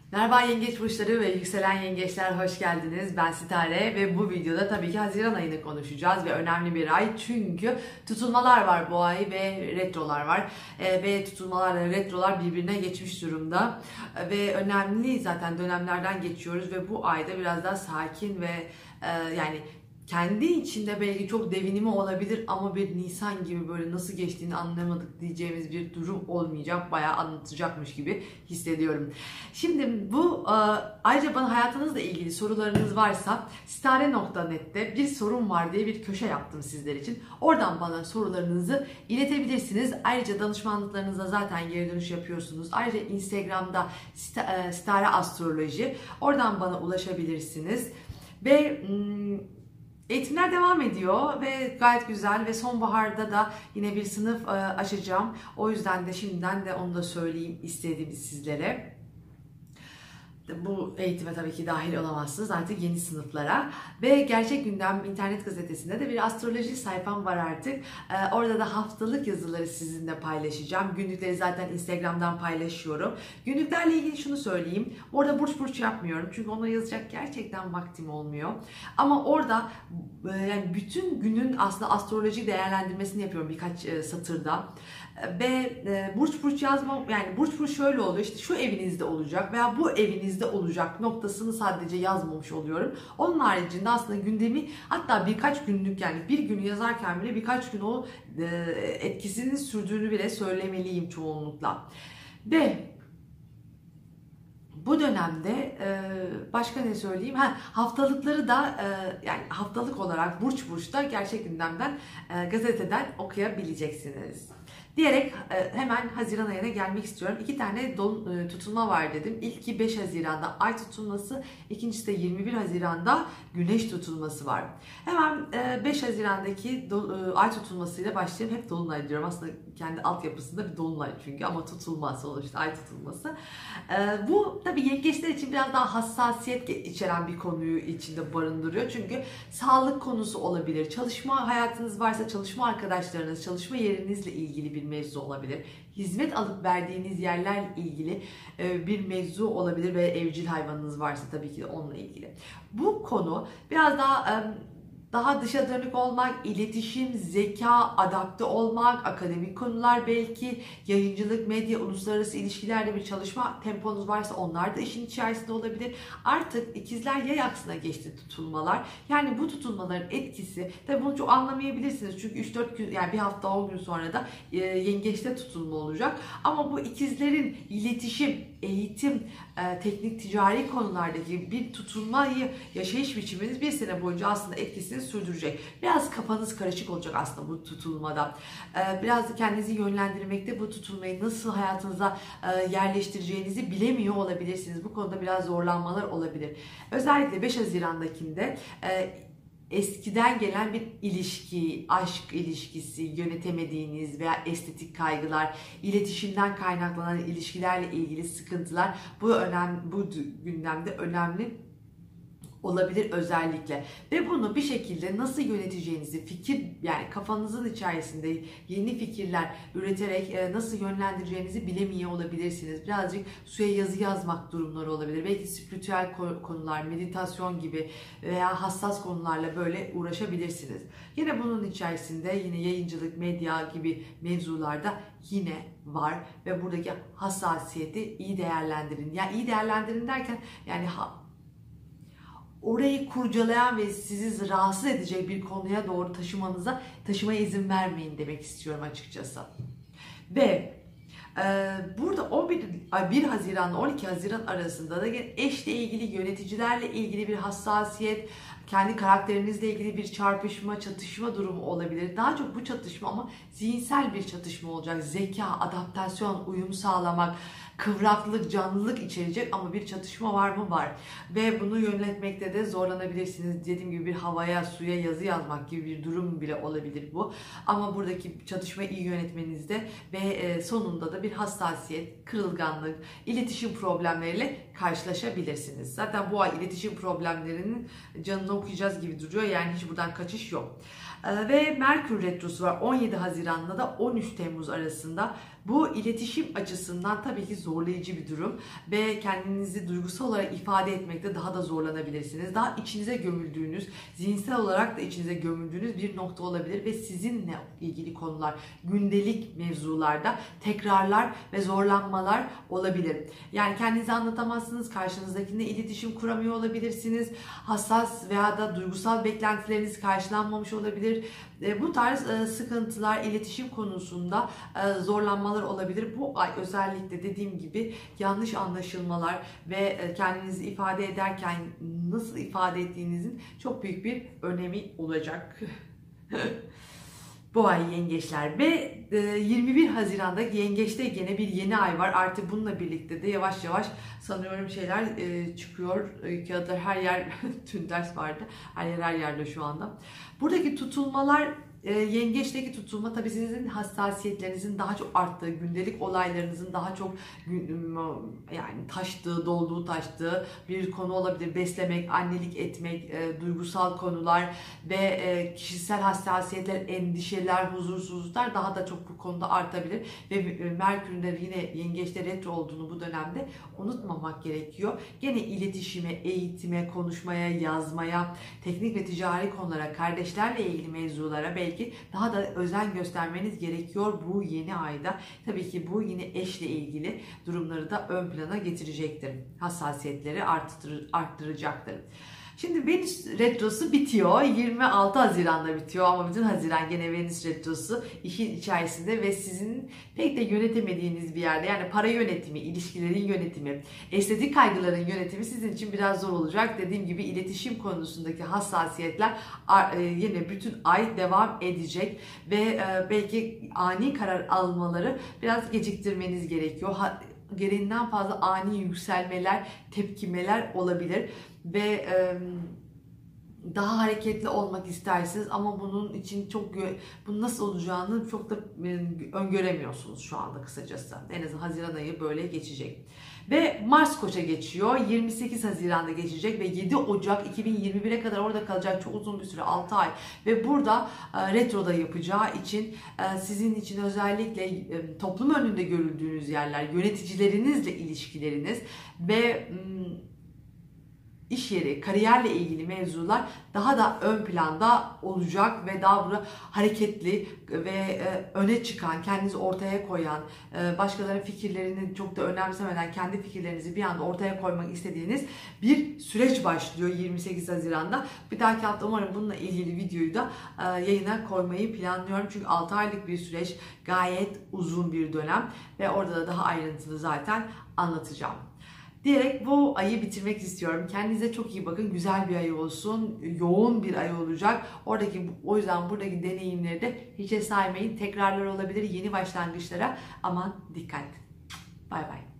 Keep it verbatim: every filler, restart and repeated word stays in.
Merhaba yengeç burçları ve yükselen yengeçler, hoş geldiniz. Ben Sitare ve bu videoda tabii ki Haziran ayını konuşacağız ve önemli bir ay çünkü tutulmalar var bu ay ve retrolar var. E, ve tutulmalar ve retrolar birbirine geçmiş durumda e, ve önemli zaten dönemlerden geçiyoruz ve bu ayda biraz daha sakin ve e, yani kendi içinde belki çok devinimi olabilir ama bir Nisan gibi böyle nasıl geçtiğini anlamadık diyeceğimiz bir durum olmayacak. Bayağı anlatacakmış gibi hissediyorum. Şimdi bu ayrıca bana hayatınızla ilgili sorularınız varsa sitare nokta net'te bir sorun var diye bir köşe yaptım sizler için. Oradan bana sorularınızı iletebilirsiniz. Ayrıca danışmanlıklarınıza zaten geri dönüş yapıyorsunuz. Ayrıca Instagram'da Sitare Astroloji, oradan bana ulaşabilirsiniz. Ve eğitimler devam ediyor ve gayet güzel ve sonbaharda da yine bir sınıf açacağım. O yüzden de şimdiden de onu da söyleyeyim istedim sizlere. Bu eğitime tabii ki dahil olamazsınız artık yeni sınıflara. Ve Gerçek Gündem internet gazetesinde de bir astroloji sayfam var artık. Ee, orada da haftalık yazıları sizinle paylaşacağım. Günlükleri zaten Instagram'dan paylaşıyorum. Günlüklerle ilgili şunu söyleyeyim. Orada burç burç yapmıyorum. Çünkü ona yazacak gerçekten vaktim olmuyor. Ama orada yani bütün günün aslında astroloji değerlendirmesini yapıyorum birkaç e, satırda. Ve e, burç burç yazmam, yani burç burç şöyle oluyor, işte şu evinizde olacak veya bu evinizde olacak noktasını sadece yazmamış oluyorum. Onun haricinde aslında gündemi, hatta birkaç günlük, yani bir günü yazarken bile birkaç gün o e, etkisini sürdüğünü bile söylemeliyim çoğunlukla. Ve bu dönemde başka ne söyleyeyim? Ha, haftalıkları da yani haftalık olarak burç burçta Gerçek Gündem'den, gazeteden okuyabileceksiniz. Diyerek hemen Haziran ayına gelmek istiyorum. İki tane tutulma var dedim. İlki beş Haziran'da ay tutulması, ikincisi de yirmi bir Haziran'da güneş tutulması var. Hemen beş Haziran'daki ay tutulmasıyla başlayayım. Hep dolunay diyorum. Aslında kendi altyapısında bir dolunay çünkü, ama tutulma sonuçta, ay tutulması. Bu tabii yengeçler için biraz daha hassasiyet içeren bir konuyu içinde barındırıyor. Çünkü sağlık konusu olabilir. Çalışma hayatınız varsa çalışma arkadaşlarınız, çalışma yerinizle ilgili bir mevzu olabilir. Hizmet alıp verdiğiniz yerlerle ilgili bir mevzu olabilir ve evcil hayvanınız varsa tabii ki onunla ilgili. Bu konu biraz daha daha dışa dönük olmak, iletişim, zeka, adapte olmak, akademik konular, belki yayıncılık, medya, uluslararası ilişkilerde bir çalışma temponuz varsa onlar da işin içerisinde olabilir. Artık ikizler yay aksına geçti tutulmalar. Yani bu tutulmaların etkisi, tabii bunu çok anlamayabilirsiniz çünkü üç dört gün, yani bir hafta on gün sonra da e, yengeçte tutulma olacak. Ama bu ikizlerin iletişim, eğitim, e, teknik, ticari konulardaki bir tutulmayı yaşayış biçiminiz bir sene boyunca aslında etkisini sürdürecek. Biraz kafanız karışık olacak aslında bu tutulmada. Ee, biraz kendinizi yönlendirmekte, bu tutulmayı nasıl hayatınıza e, yerleştireceğinizi bilemiyor olabilirsiniz. Bu konuda biraz zorlanmalar olabilir. Özellikle beş Haziran'dakinde e, eskiden gelen bir ilişki, aşk ilişkisi, yönetemediğiniz veya estetik kaygılar, iletişimden kaynaklanan ilişkilerle ilgili sıkıntılar bu önem, bu gündemde önemli olabilir özellikle. Ve bunu bir şekilde nasıl yöneteceğinizi, fikir, yani kafanızın içerisinde yeni fikirler üreterek nasıl yönlendireceğinizi bilemiyor olabilirsiniz. Birazcık suya yazı yazmak durumları olabilir. Belki spiritüel konular, meditasyon gibi veya hassas konularla böyle uğraşabilirsiniz. Yine bunun içerisinde yine yayıncılık, medya gibi mevzularda yine var ve buradaki hassasiyeti iyi değerlendirin. Yani iyi değerlendirin derken yani ha orayı kurcalayan ve sizi rahatsız edecek bir konuya doğru taşımanıza, taşımaya izin vermeyin demek istiyorum açıkçası. Ve e, burada on bir Haziran ile on iki Haziran arasında da eşle ilgili, yöneticilerle ilgili bir hassasiyet, kendi karakterinizle ilgili bir çarpışma, çatışma durumu olabilir. Daha çok bu çatışma ama zihinsel bir çatışma olacak. Zeka, adaptasyon, uyum sağlamak, kıvraklık, canlılık içerecek ama bir çatışma var mı? Var. Ve bunu yönetmekte de zorlanabilirsiniz. Dediğim gibi bir havaya, suya yazı yazmak gibi bir durum bile olabilir bu. Ama buradaki çatışmayı iyi yönetmenizde ve sonunda da bir hassasiyet, kırılganlık, iletişim problemleriyle karşılaşabilirsiniz. Zaten bu ay iletişim problemlerinin canını okuyacağız gibi duruyor. Yani hiç buradan kaçış yok. Ve Merkür Retrosu var on yedi Haziran'la da on üç Temmuz arasında. Bu iletişim açısından tabii ki zorlayıcı bir durum ve kendinizi duygusal olarak ifade etmekte daha da zorlanabilirsiniz. Daha içinize gömüldüğünüz, zihinsel olarak da içinize gömüldüğünüz bir nokta olabilir ve sizinle ilgili konular, gündelik mevzularda tekrarlar ve zorlanmalar olabilir. Yani kendinizi anlatamazsınız, karşınızdakiyle iletişim kuramıyor olabilirsiniz, hassas veya da duygusal beklentileriniz karşılanmamış olabilir. Bu tarz sıkıntılar iletişim konusunda zorlanmalar olabilir. Bu ay özellikle dediğim gibi yanlış anlaşılmalar ve kendinizi ifade ederken nasıl ifade ettiğinizin çok büyük bir önemi olacak. Bu ay yengeçler ve yirmi bir Haziran'da yengeçte gene bir yeni ay var. Artık bununla birlikte de yavaş yavaş sanıyorum şeyler çıkıyor. Kağıtlar her yer tüm ders vardı. Her yer her yerde şu anda. Buradaki tutulmalar, E, yengeçteki tutulma tabii sizin hassasiyetlerinizin daha çok arttığı, gündelik olaylarınızın daha çok yani taştığı, dolduğu taştığı bir konu olabilir. Beslemek, annelik etmek, e, duygusal konular ve e, kişisel hassasiyetler, endişeler, huzursuzluklar daha da çok bu konuda artabilir. Ve e, Merkür'ün de yine yengeçte retro olduğunu bu dönemde unutmamak gerekiyor. Gene iletişime, eğitime, konuşmaya, yazmaya, teknik ve ticari konulara, kardeşlerle ilgili mevzulara belki Belki daha da özen göstermeniz gerekiyor bu yeni ayda. Tabii ki bu yine eşle ilgili durumları da ön plana getirecektir. Hassasiyetleri arttır, arttıracaktır. Şimdi Venüs retrosu bitiyor. yirmi altı Haziran'da bitiyor ama bütün Haziran gene Venüs retrosu işin içerisinde ve sizin pek de yönetemediğiniz bir yerde. Yani para yönetimi, ilişkilerin yönetimi, estetik kaygıların yönetimi sizin için biraz zor olacak. Dediğim gibi iletişim konusundaki hassasiyetler yine bütün ay devam edecek ve belki ani karar almaları biraz geciktirmeniz gerekiyor. Gereğinden fazla ani yükselmeler, tepkimeler olabilir ve e, daha hareketli olmak istersiniz ama bunun için çok bunun nasıl olacağını çok da öngöremiyorsunuz şu anda kısacası. En azından Haziran ayı böyle geçecek. Ve Mars Koç'a geçiyor. yirmi sekiz Haziran'da geçecek ve yedi Ocak iki bin yirmi bire kadar orada kalacak, çok uzun bir süre, altı ay. Ve burada e, retroda yapacağı için e, sizin için özellikle e, toplum önünde görüldüğünüz yerler, yöneticilerinizle ilişkileriniz ve m, iş yeri, kariyerle ilgili mevzular daha da ön planda olacak ve daha burada hareketli ve e, öne çıkan, kendinizi ortaya koyan, e, başkalarının fikirlerini çok da önemsemeden kendi fikirlerinizi bir anda ortaya koymak istediğiniz bir süreç başlıyor yirmi sekiz Haziran'da. Bir dahaki hafta umarım bununla ilgili videoyu da e, yayına koymayı planlıyorum. Çünkü altı aylık bir süreç, gayet uzun bir dönem ve orada da daha ayrıntılı zaten anlatacağım. Diyerek bu ayı bitirmek istiyorum. Kendinize çok iyi bakın. Güzel bir ay olsun. Yoğun bir ay olacak. Oradaki, o yüzden buradaki deneyimleri de hiçe saymayın. Tekrarlar olabilir yeni başlangıçlara. Aman dikkat. Bay bay.